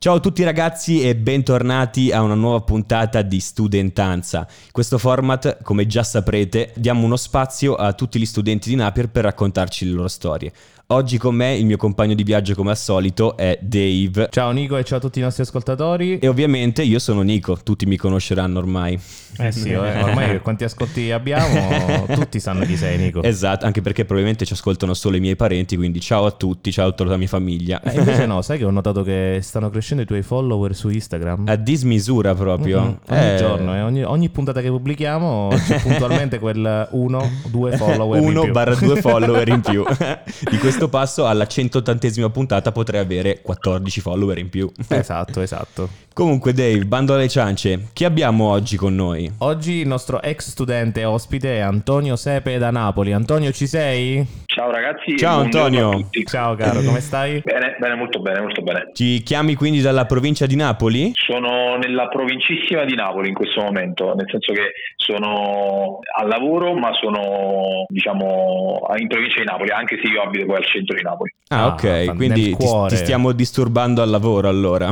Ciao a tutti ragazzi e bentornati a una nuova puntata di Studentanza. In questo format, come già saprete, diamo uno spazio a tutti gli studenti di Napier per raccontarci le loro storie. Oggi con me il mio compagno di viaggio come al solito è Dave. Ciao Nico e ciao a tutti i nostri ascoltatori. E ovviamente io sono Nico, tutti mi conosceranno ormai. Sì, ormai quanti ascolti abbiamo, tutti sanno chi sei Nico. Esatto, anche perché probabilmente ci ascoltano solo i miei parenti, quindi ciao a tutti, ciao a tutta la mia famiglia. Invece no, sai che ho notato che stanno crescendo i tuoi follower su Instagram? A dismisura proprio. Ogni giorno, ogni puntata che pubblichiamo c'è puntualmente quel 1-2 follower in più. 1/2 follower in più. Di questo passo alla 180esima puntata potrei avere 14 follower in più. Esatto. Comunque Dave, bando alle ciance, chi abbiamo oggi con noi? Oggi il nostro ex studente ospite è Antonio Sepe da Napoli. Antonio, ci sei? Ciao ragazzi. Ciao Antonio. A tutti. Ciao caro, come stai? Bene, molto bene. Ci chiami quindi dalla provincia di Napoli? Sono nella provincissima di Napoli in questo momento, nel senso che sono al lavoro, ma sono in provincia di Napoli, anche se io abito poi al centro di Napoli. Ok, quindi ti stiamo disturbando al lavoro allora.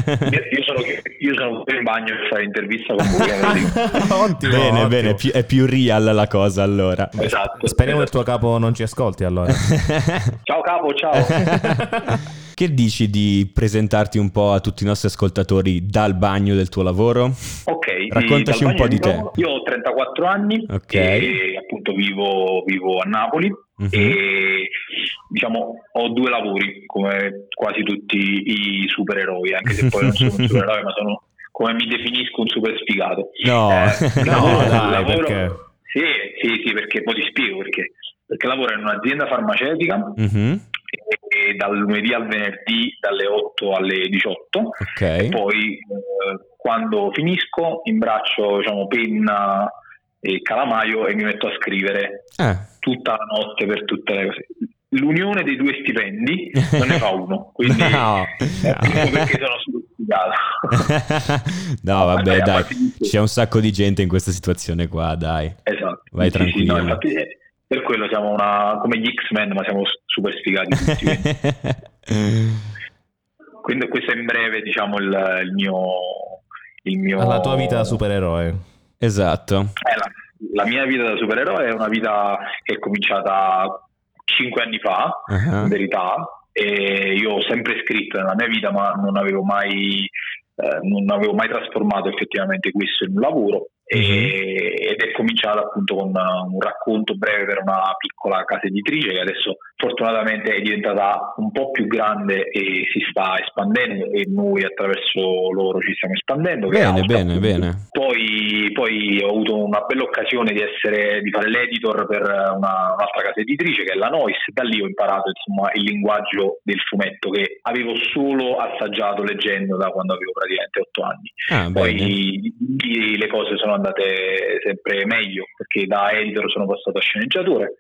Io sono in bagno per fare intervista con voi. Ottimo. Bene, è più real la cosa allora. Esatto. Speriamo che il tuo capo non ci ascolti allora. Ciao capo, ciao. Che dici di presentarti un po' a tutti i nostri ascoltatori dal bagno del tuo lavoro? Ok, raccontaci un po' di te. Io ho 34 anni, e appunto vivo a Napoli. E ho 2 lavori come quasi tutti i supereroi, anche se poi non sono un supereroe, ma sono, come mi definisco, un super sfigato. Lavoro, perché? Sì, perché poi ti spiego perché lavoro in un'azienda farmaceutica e dal lunedì al venerdì dalle 8 alle 18. E poi quando finisco imbraccio penna e calamaio e mi metto a scrivere tutta la notte per tutte le cose. L'unione dei 2 stipendi non ne fa uno, quindi no. Perché sono stupidato. No, vabbè, dai, c'è un sacco di gente in questa situazione qua, dai. Esatto. Vai tranquillo. No, infatti, per quello siamo come gli X-Men, ma siamo super sfigati tutti. Quindi questo è in breve, il mio... La tua vita da supereroe. Esatto. La mia vita da supereroe è una vita che è cominciata 5 anni fa, in verità, e io ho sempre scritto nella mia vita, ma non avevo mai trasformato effettivamente questo in un lavoro. Ed è cominciato appunto con un racconto breve per una piccola casa editrice che adesso fortunatamente è diventata un po' più grande e si sta espandendo, e noi attraverso loro ci stiamo espandendo. Bene. Poi ho avuto una bella occasione di fare l'editor per un'altra casa editrice che è la Nois. Da lì ho imparato il linguaggio del fumetto che avevo solo assaggiato leggendo da quando avevo praticamente 8 anni. Poi le cose sono andate sempre meglio, perché da editor sono passato a sceneggiatore,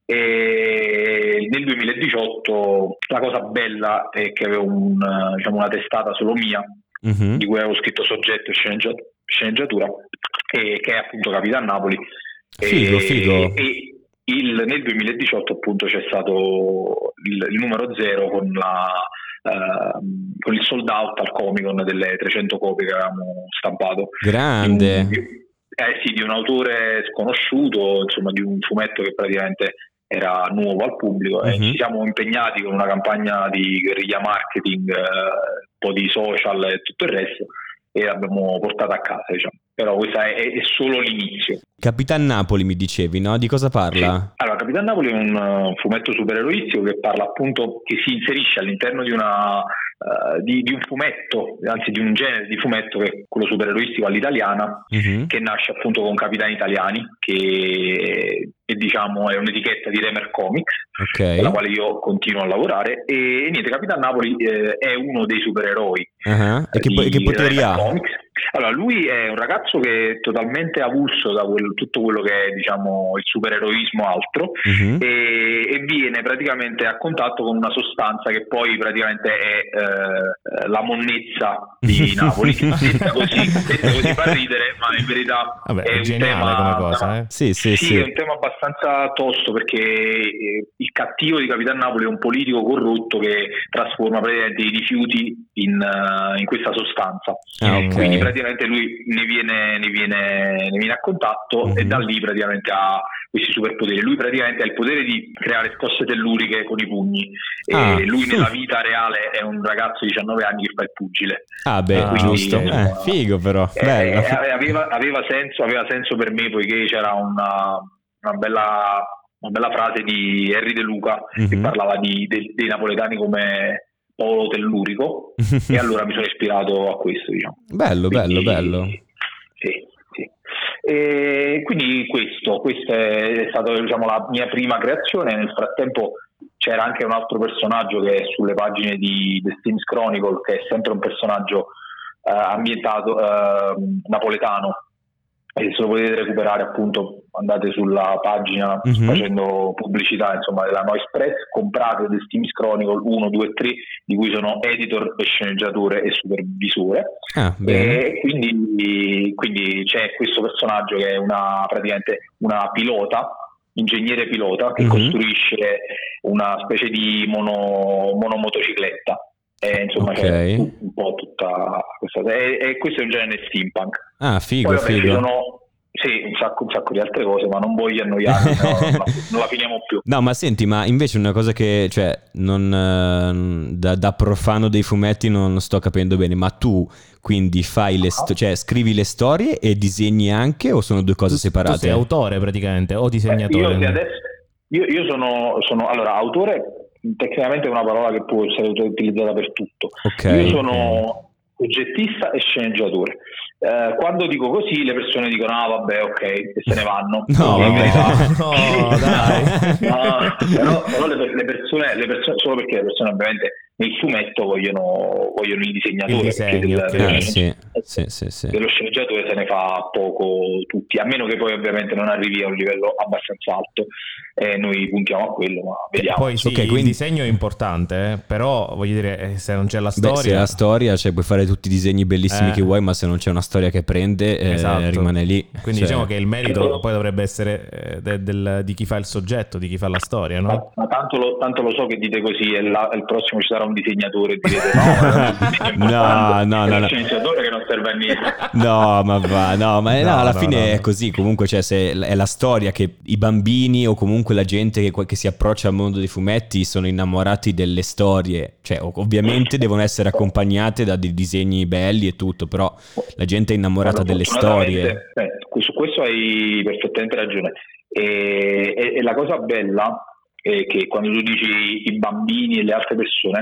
e nel 2018 la cosa bella è che avevo una testata solo mia, di cui avevo scritto soggetto e sceneggiatura, e che è appunto Capitan Napoli. Figo. Nel 2018 appunto c'è stato il numero 0 con il sold out al Comic-Con delle 300 copie che avevamo stampato. Grande. Di un autore sconosciuto, di un fumetto che praticamente era nuovo al pubblico, e ci siamo impegnati con una campagna di guerriglia marketing, un po' di social e tutto il resto, e l'abbiamo portata a casa, Però questa è solo l'inizio. Capitan Napoli mi dicevi, no? Di cosa parla? Sì. Allora, Capitan Napoli è un fumetto supereroistico che parla appunto, che si inserisce all'interno di un fumetto, anzi di un genere di fumetto che è quello supereroistico all'italiana, che nasce appunto con Capitani Italiani, che è un'etichetta di Remer Comics, con la quale io continuo a lavorare. E niente, Capitan Napoli è uno dei supereroi. E che poteri ha? Comics. Allora, lui è un ragazzo che è totalmente avulso da tutto quello che è, diciamo, il supereroismo altro, e viene praticamente a contatto con una sostanza che poi praticamente è la monnezza di Napoli. Detta così fa ridere, ma in verità è un tema come cosa, Sì, è un tema abbastanza tosto, perché il cattivo di Capitan Napoli è un politico corrotto che trasforma praticamente i rifiuti in questa sostanza. Okay. Quindi praticamente lui ne viene a contatto e da lì praticamente ha questi superpoteri. Lui praticamente ha il potere di creare scosse telluriche con i pugni, e lui nella vita reale è un ragazzo di 19 anni che fa il pugile. Giusto. Figo però. Bello. Aveva senso per me, poiché c'era una bella frase di Henry De Luca che parlava dei napoletani come polo tellurico, e allora mi sono ispirato a questo, diciamo. Bello. Sì. E quindi questo è stato, diciamo, la mia prima creazione. Nel frattempo c'era anche un altro personaggio che è sulle pagine di The Steams Chronicle, che è sempre un personaggio ambientato napoletano, e se lo potete recuperare, appunto, andate sulla pagina facendo pubblicità, insomma, della Noise Press, comprate The Steams Chronicle 1, 2 e 3, di cui sono editor e sceneggiatore e supervisore. E quindi c'è questo personaggio che è praticamente una ingegnere pilota, che costruisce una specie di monomotocicletta. Insomma, c'è un po' tutta questa, e questo è un genere steampunk. Figo. Poi, sì, un sacco di altre cose, ma non voglio annoiarmi, non la finiamo più. No, ma senti, ma invece una cosa che, cioè, non da profano dei fumetti non sto capendo bene, ma tu quindi fai cioè scrivi le storie e disegni anche, o sono due cose separate? Tu sei autore praticamente o disegnatore? Io sono allora, autore tecnicamente è una parola che può essere utilizzata per tutto. Io sono oggettista e sceneggiatore. Quando dico così le persone dicono vabbè, ok, e se ne vanno. Però le persone, solo perché le persone ovviamente nel fumetto vogliono il disegnatore, dello sceneggiatore se ne fa poco tutti, a meno che poi ovviamente non arrivi a un livello abbastanza alto, e noi puntiamo a quello, ma vediamo. Poi quindi il disegno è importante, però voglio dire, se non c'è la storia, se la storia, cioè, puoi fare tutti i disegni bellissimi che vuoi, ma se non c'è una storia che prende, rimane lì. Quindi diciamo che il merito poi dovrebbe essere di chi fa il soggetto, di chi fa la storia, no? Ma tanto lo so che dite così, e il prossimo ci sarà un disegnatore e direte no, il sceneggiatore che non serve a niente. Alla fine è così. Comunque, cioè, se è la storia che i bambini o comunque la gente che si approccia al mondo dei fumetti sono innamorati delle storie, cioè ovviamente devono essere accompagnate da dei disegni belli e tutto, però la gente è innamorata delle storie. Su questo hai perfettamente ragione, e la cosa bella è che quando tu dici i bambini e le altre persone,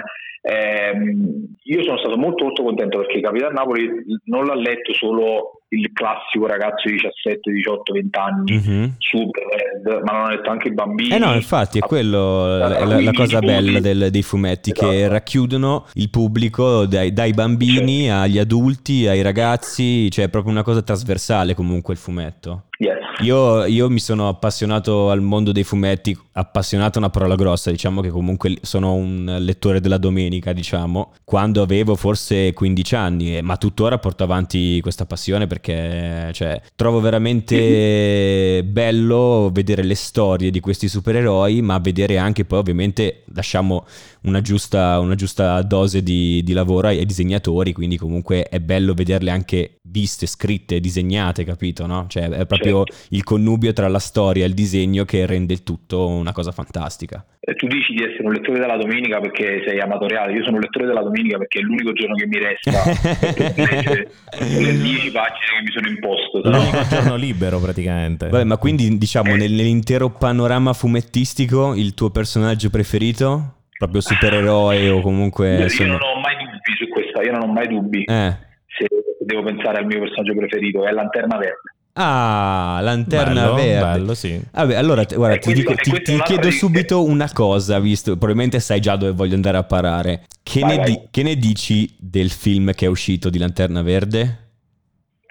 io sono stato molto molto contento, perché Capitan Napoli non l'ha letto solo il classico ragazzo di 17, 18, 20 anni super nerd, ma l'hanno letto anche i bambini. No, infatti è quello la cosa bella dei fumetti, che racchiudono il pubblico dai bambini agli adulti, ai ragazzi, cioè è proprio una cosa trasversale comunque il fumetto. Yes. Io mi sono appassionato al mondo dei fumetti, appassionato è una parola grossa, diciamo che comunque sono un lettore della domenica, diciamo, quando avevo forse 15 anni, ma tuttora porto avanti questa passione, perché cioè, trovo veramente bello vedere le storie di questi supereroi, ma vedere anche poi ovviamente lasciamo una giusta dose di lavoro ai disegnatori, quindi comunque è bello vederle anche viste, scritte, disegnate, capito, no? Cioè è proprio il connubio tra la storia e il disegno che rende il tutto una cosa fantastica. Tu dici di essere un lettore della domenica perché sei amatoriale, io sono un lettore della domenica perché è l'unico giorno che mi resta per leggere le 10 pagine che mi sono imposto. L'unico giorno libero praticamente. Vabbè, ma quindi diciamo nell'intero panorama fumettistico il tuo personaggio preferito? Proprio supereroe o comunque... Io non ho mai dubbi su questa, io non ho mai dubbi. Se devo pensare al mio personaggio preferito, è Lanterna Verde. Lanterna Verde. Bello, sì. Vabbè, allora guarda, ti chiedo subito una cosa, visto probabilmente sai già dove voglio andare a parare. Che ne dici del film che è uscito di Lanterna Verde?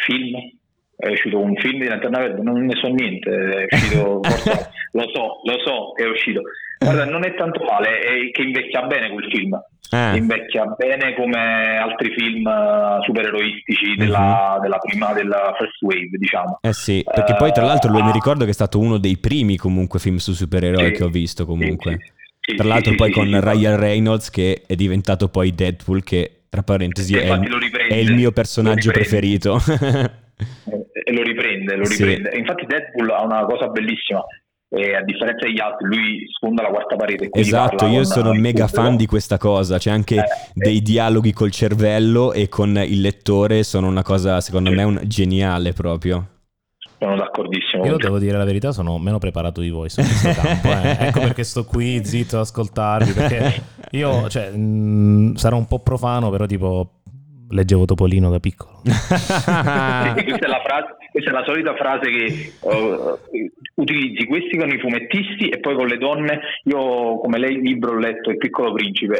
Film? È uscito un film di Lanterna Verde? Non ne so niente, è uscito, forse, lo so, è uscito. Guarda, non è tanto male, è che invecchia bene quel film. Invecchia bene come altri film supereroistici della first wave, diciamo. Sì, perché poi tra l'altro lui mi ricordo che è stato uno dei primi comunque film su supereroi che ho visto comunque. Sì, tra l'altro poi con Ryan Reynolds, che è diventato poi Deadpool, che tra parentesi è il mio personaggio preferito. E lo riprende. E infatti Deadpool ha una cosa bellissima, a differenza degli altri lui sfonda la quarta parete. Esatto, io sono mega fan di questa cosa, c'è anche dei dialoghi col cervello e con il lettore, sono una cosa secondo me geniale proprio. Sono d'accordissimo. Io devo dire la verità, sono meno preparato di voi su questo campo. Ecco perché sto qui zitto ad ascoltarvi, perché io sarò un po' profano, però tipo leggevo Topolino da piccolo. Questa è la solita frase che utilizzi questi con i fumettisti e poi con le donne. Io come lei il libro ho letto Il Piccolo Principe.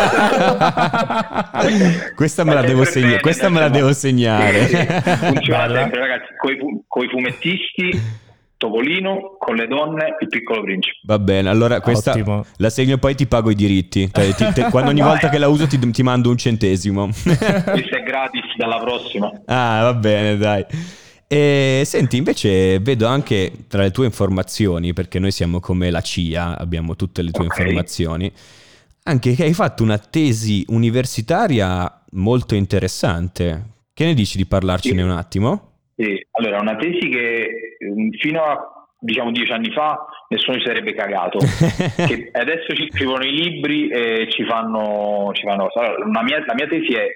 Questa me la devo segnare. Funziona sempre, ragazzi, coi fumettisti Topolino, con le donne Il Piccolo Principe. Va bene, allora questa la segno, poi ti pago i diritti. Quando ogni volta che la uso ti mando un centesimo. Questa è gratis dalla prossima. Va bene, dai. E senti, invece vedo anche tra le tue informazioni, perché noi siamo come la CIA, abbiamo tutte le tue informazioni, anche che hai fatto una tesi universitaria molto interessante. Che ne dici di parlarcene un attimo? Sì, allora, una tesi che fino a 10 anni fa nessuno ci sarebbe cagato. Che adesso ci scrivono i libri e ci fanno. Allora, la mia tesi è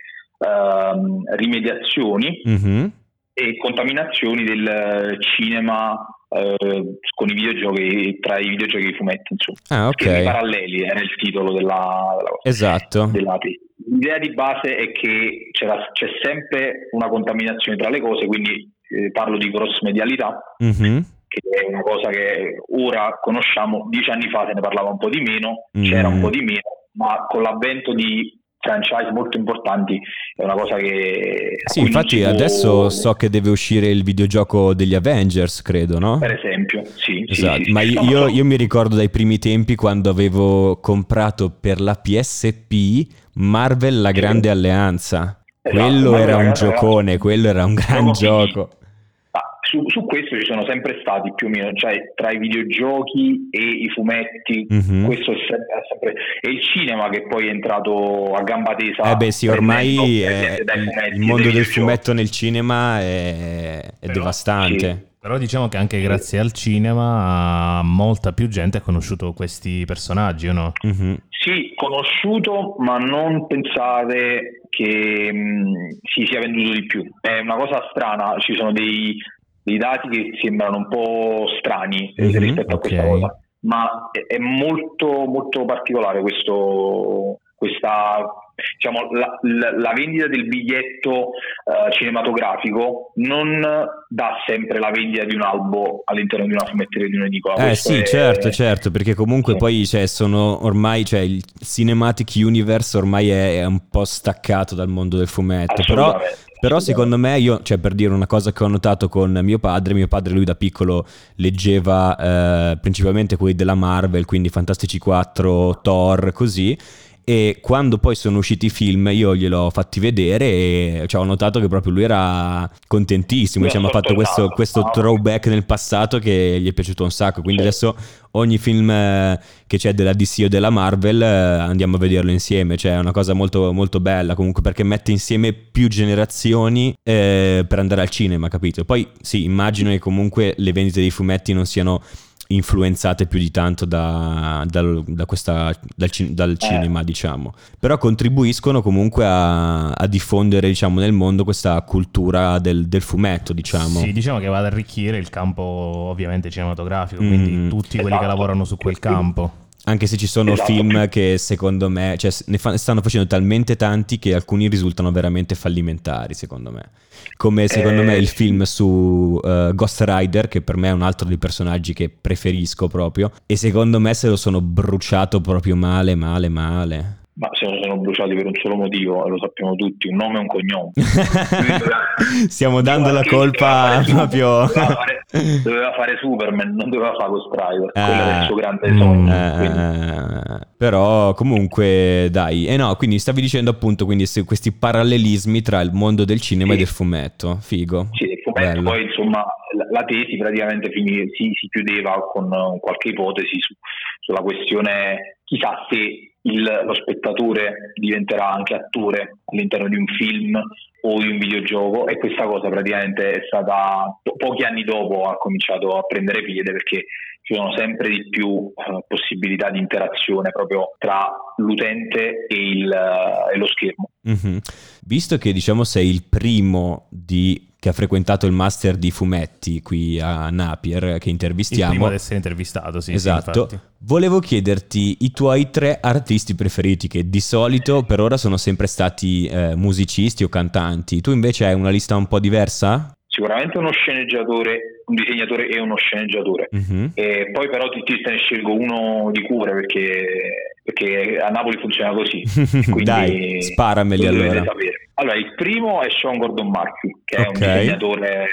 rimediazioni e contaminazioni del cinema con i videogiochi, tra i videogiochi e i fumetti, insomma. Che paralleli era il titolo della cosa. Esatto. Della tesi. L'idea di base è che c'è sempre una contaminazione tra le cose, quindi parlo di cross medialità, che è una cosa che ora conosciamo. 10 anni fa se ne parlava un po' di meno, c'era un po' di meno, ma con l'avvento di franchise molto importanti è una cosa che... Sì, infatti adesso so che deve uscire il videogioco degli Avengers, credo, no? Per esempio, sì. Esatto. Sì. Ma io mi ricordo dai primi tempi quando avevo comprato per la PSP Marvel La Grande Alleanza. Esatto, quello era un giocone, quello era un gran gioco. Su questo ci sono sempre stati più o meno, cioè tra i videogiochi e i fumetti, questo è sempre e il cinema che poi è entrato a gamba tesa. Sì, ormai il mondo del fumetto nel cinema è devastante. Sì. Però diciamo che anche grazie al cinema molta più gente ha conosciuto questi personaggi, o no? Sì, conosciuto, ma non pensate che si sia venduto di più. È una cosa strana, ci sono dei dati che sembrano un po' strani rispetto a questa cosa, ma è molto molto particolare questa diciamo la vendita del biglietto cinematografico non dà sempre la vendita di un albo all'interno di una fumetteria, di un'edicola. Sì, certo, perché comunque poi sono ormai il Cinematic Universe ormai è un po' staccato dal mondo del fumetto, però secondo me per dire una cosa che ho notato con mio padre lui da piccolo leggeva principalmente quelli della Marvel, quindi Fantastici 4, Thor, così. E quando poi sono usciti i film io gliel'ho fatti vedere e ho notato che proprio lui era contentissimo, mi ha fatto questo throwback nel passato che gli è piaciuto un sacco, quindi adesso ogni film che c'è della DC o della Marvel andiamo a vederlo insieme, è una cosa molto, molto bella comunque, perché mette insieme più generazioni per andare al cinema, capito? Poi sì, immagino che comunque le vendite dei fumetti non siano influenzate più di tanto dal cinema, diciamo, però contribuiscono comunque a diffondere, diciamo, nel mondo questa cultura del fumetto, diciamo. Sì, diciamo che va ad arricchire il campo ovviamente cinematografico, quindi tutti quelli che lavorano su quel campo. Anche se ci sono film che secondo me ne stanno facendo talmente tanti che alcuni risultano veramente fallimentari, secondo me. Come secondo me il film su Ghost Rider, che per me è un altro dei personaggi che preferisco proprio, e secondo me se lo sono bruciato proprio male. Ma sono bruciati per un solo motivo, lo sappiamo tutti, un nome e un cognome. Stiamo dando la colpa proprio... Doveva fare Superman, non doveva fare Ghost Rider, quello era il suo grande sogno. Però comunque dai, no, quindi stavi dicendo appunto quindi questi parallelismi tra il mondo del cinema e del fumetto, figo. Sì, il fumetto. Bello. Poi insomma la tesi praticamente si chiudeva con qualche ipotesi sulla questione, chissà se lo spettatore diventerà anche attore all'interno di un film o di un videogioco, e questa cosa praticamente è stata, pochi anni dopo ha cominciato a prendere piede, perché ci sono sempre di più possibilità di interazione proprio tra l'utente e lo schermo. Mm-hmm. Visto che diciamo sei il primo che ha frequentato il master di fumetti qui a Napier, che intervistiamo. Il primo ad essere intervistato, sì. Esatto. Sì, volevo chiederti i tuoi 3 artisti preferiti, che di solito per ora sono sempre stati musicisti o cantanti. Tu invece hai una lista un po' diversa? Sicuramente uno sceneggiatore, un disegnatore e uno sceneggiatore. Mm-hmm. E poi però te ne scelgo uno di cuore, perché a Napoli funziona così. Quindi dai, sparameli allora. Sapere. Allora, il primo è Sean Gordon Murphy, che è un disegnatore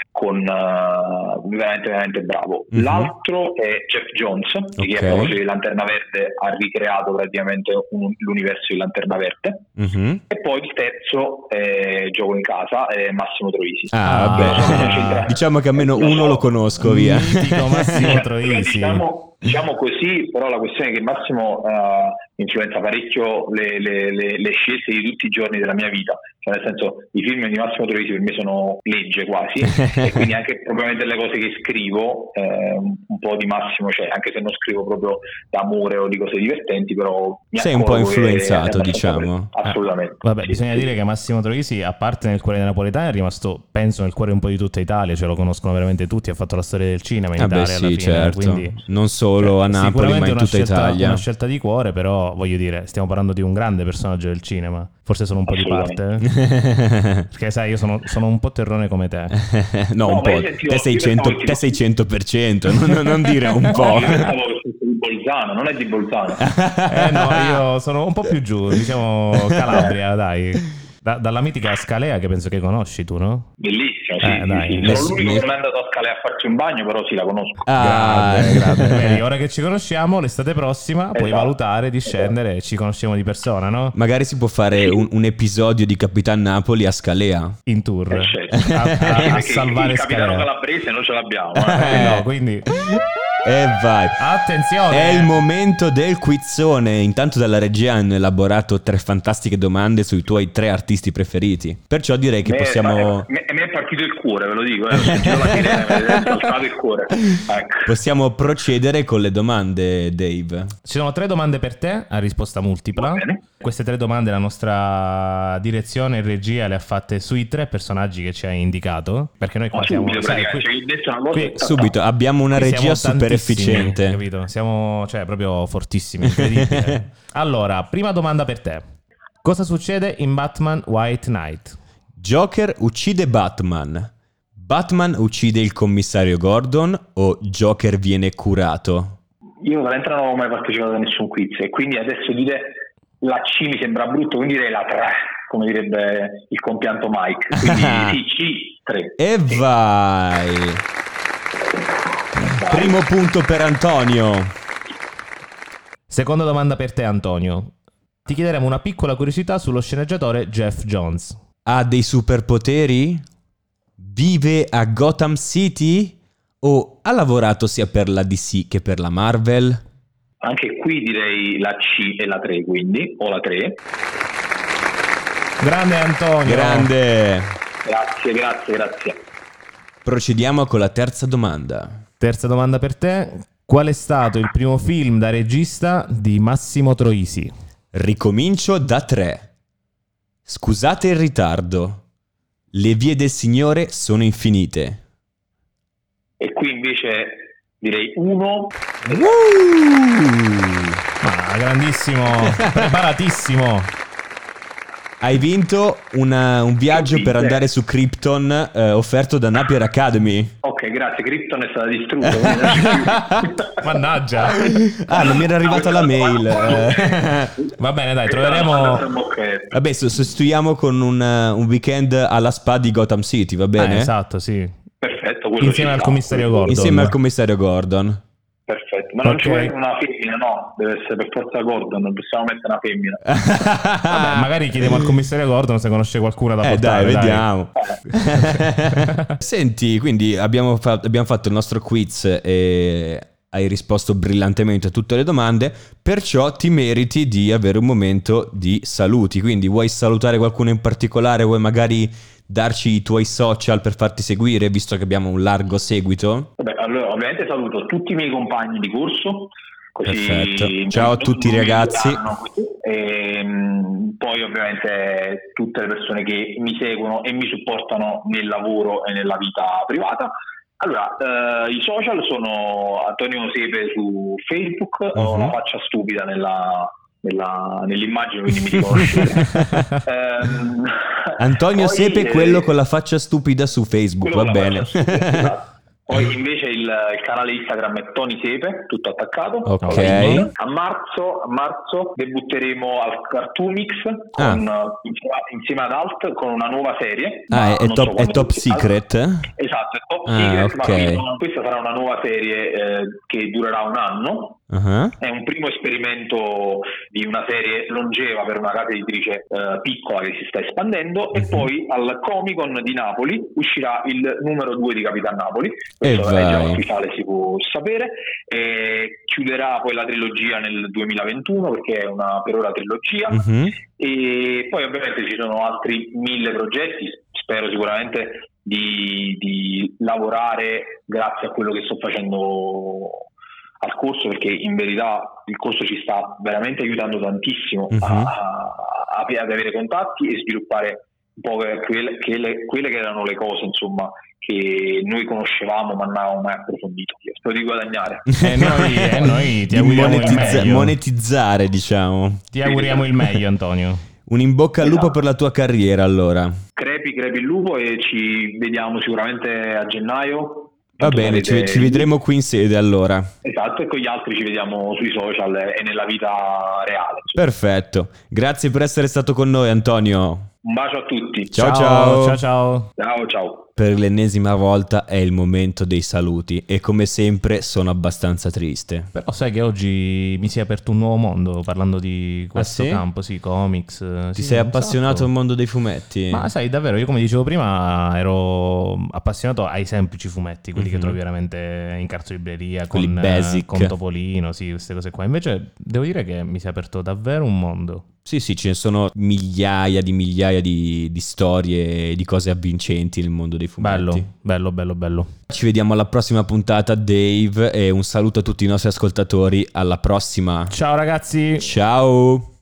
veramente, veramente bravo. Mm-hmm. L'altro è Jeff Jones, che chi conosce Lanterna Verde ha ricreato praticamente l'universo di Lanterna Verde. Mm-hmm. E poi il terzo è gioco in casa, è Massimo Troisi. Vabbè. Diciamo che almeno uno lo conosco, via. Mitico Massimo Troisi. Diciamo così, però la questione è che Massimo influenza parecchio le scelte di tutti i giorni della mia vita. Cioè, nel senso, i film di Massimo Troisi per me sono legge quasi, e quindi anche probabilmente le cose che scrivo, un po' di Massimo c'è, anche se non scrivo proprio d'amore o di cose divertenti, però sei un po' influenzato, diciamo. Assolutamente. Vabbè, bisogna dire che Massimo Troisi, a parte nel cuore dei napoletani, è rimasto, penso, nel cuore un po' di tutta Italia, cioè lo conoscono veramente tutti, ha fatto la storia del cinema in Italia alla fine, certo. Quindi, non solo a Napoli, ma in tutta Italia. Una scelta di cuore, però voglio dire, stiamo parlando di un grande personaggio del cinema. Forse sono un po' di parte, perché sai, io sono un po' terrone come te. No, un po'. Te sei 100%, non dire un po'. Di Bolzano, non è di Bolzano. No, io sono un po' più giù, diciamo Calabria, dai. Dalla mitica Scalea, che penso che conosci tu, no? Bellissimo, sì. Dai. Sono l'unico che non è andato a Scalea a farci un bagno, però sì, la conosco. Grande. Vedi, ora che ci conosciamo, l'estate prossima puoi valutare di scendere e ci conosciamo di persona, no? Magari si può fare un episodio di Capitan Napoli a Scalea. In tour. A salvare il Scalea. Capitano Calabrese non ce l'abbiamo. No, quindi... E vai. Attenzione. È il momento del quizzone. Intanto dalla regia hanno elaborato 3 fantastiche domande sui tuoi 3 artisti preferiti. Perciò direi che possiamo... Mi è partito il cuore, ve lo dico. Ho sentito la sirena, mi è saltato il cuore. Ecco. Possiamo procedere con le domande, Dave. Ci sono 3 domande per te a risposta multipla. Queste 3 domande la nostra direzione e regia le ha fatte sui 3 personaggi che ci hai indicato. Perché noi qua siamo... Subito, abbiamo una regia super efficiente, capito? Siamo proprio fortissimi, incredibile. Allora, prima domanda per te. Cosa succede in Batman White Knight? Joker uccide Batman uccide il commissario Gordon o Joker viene curato? Io veramente non ho mai partecipato a nessun quiz, e quindi adesso dire la C mi sembra brutto, quindi direi la 3, come direbbe il compianto Mike. Quindi sì, C3. E vai. Primo punto per Antonio. Seconda domanda per te, Antonio. Ti chiederemo una piccola curiosità sullo sceneggiatore Jeff Jones. Ha dei superpoteri? Vive a Gotham City? O ha lavorato sia per la DC che per la Marvel? Anche qui direi la C e la 3, quindi, o la 3. Grande Antonio. Grande. Grazie. Procediamo con la terza domanda. Terza domanda per te. Qual è stato il primo film da regista di Massimo Troisi? Ricomincio da 3. Scusate il ritardo. Le vie del Signore sono infinite. E qui invece direi 1. Grandissimo, preparatissimo. Hai vinto un viaggio per andare su Krypton offerto da Napier Academy. Ok, grazie. Krypton è stata distrutta. Mannaggia. Non mi era arrivata la mail. Va bene, dai, troveremo. Vabbè, sostituiamo con un weekend alla spa di Gotham City, va bene? Esatto, sì. Perfetto. Insieme al commissario Gordon. Insieme al commissario Gordon. Perfetto, ma non ci vuole una femmina, no? Deve essere per forza Gordon, non possiamo mettere una femmina. Vabbè, magari chiediamo al commissario Gordon se conosce qualcuno da portare. Dai, vediamo. Senti, quindi abbiamo fatto il nostro quiz e hai risposto brillantemente a tutte le domande, perciò ti meriti di avere un momento di saluti. Quindi vuoi salutare qualcuno in particolare? Vuoi magari darci i tuoi social per farti seguire, visto che abbiamo un largo seguito? Vabbè, allora, ovviamente saluto tutti i miei compagni di corso. Così perfetto. Ciao a tutti ragazzi. E poi ovviamente tutte le persone che mi seguono e mi supportano nel lavoro e nella vita privata. Allora, i social sono Antonio Sepe su Facebook, ho una faccia stupida nell'immagine, quindi mi riconoscete. Antonio Sepe, quello con la faccia stupida su Facebook, va bene. Poi invece il canale Instagram è Tony Sepe, tutto attaccato. Ok. A marzo debutteremo al Cartoonix insieme ad Alt con una nuova serie. È Top Secret? Esatto, è Top Secret, okay. Ma questa sarà una nuova serie che durerà un anno. È un primo esperimento di una serie longeva per una casa editrice piccola che si sta espandendo. E poi al Comic Con di Napoli uscirà il numero 2 di Capitan Napoli. Questo è già ufficiale, si può sapere. Chiuderà poi la trilogia nel 2021 perché è una per ora trilogia. E poi ovviamente ci sono altri 1000 progetti. Spero sicuramente di lavorare grazie a quello che sto facendo al corso, perché in verità il corso ci sta veramente aiutando tantissimo ad avere contatti e sviluppare un po' quelle che erano le cose, insomma, che noi conoscevamo ma non avevamo mai approfondito. Io spero di guadagnare. Noi ti auguriamo il meglio. Monetizzare, diciamo. Ti auguriamo il meglio, Antonio. Un in bocca al lupo per la tua carriera, allora. Crepi il lupo e ci vediamo sicuramente a gennaio. Va bene, ci vedremo qui in sede allora. Esatto, e con gli altri ci vediamo sui social e nella vita reale. Perfetto, grazie per essere stato con noi, Antonio. Un bacio a tutti. Ciao. Per l'ennesima volta è il momento dei saluti e come sempre sono abbastanza triste. Però sai che oggi mi si è aperto un nuovo mondo parlando di questo campo, comics. Ti sei appassionato al mondo dei fumetti? Ma sai, davvero, io come dicevo prima ero appassionato ai semplici fumetti, quelli che trovi veramente in cartolibreria, quelli basic, con Topolino, queste cose qua. Invece devo dire che mi si è aperto davvero un mondo. Sì, ce ne sono migliaia di storie e di cose avvincenti nel mondo dei fumetti. Bello. Ci vediamo alla prossima puntata, Dave, e un saluto a tutti i nostri ascoltatori. Alla prossima. Ciao ragazzi. Ciao.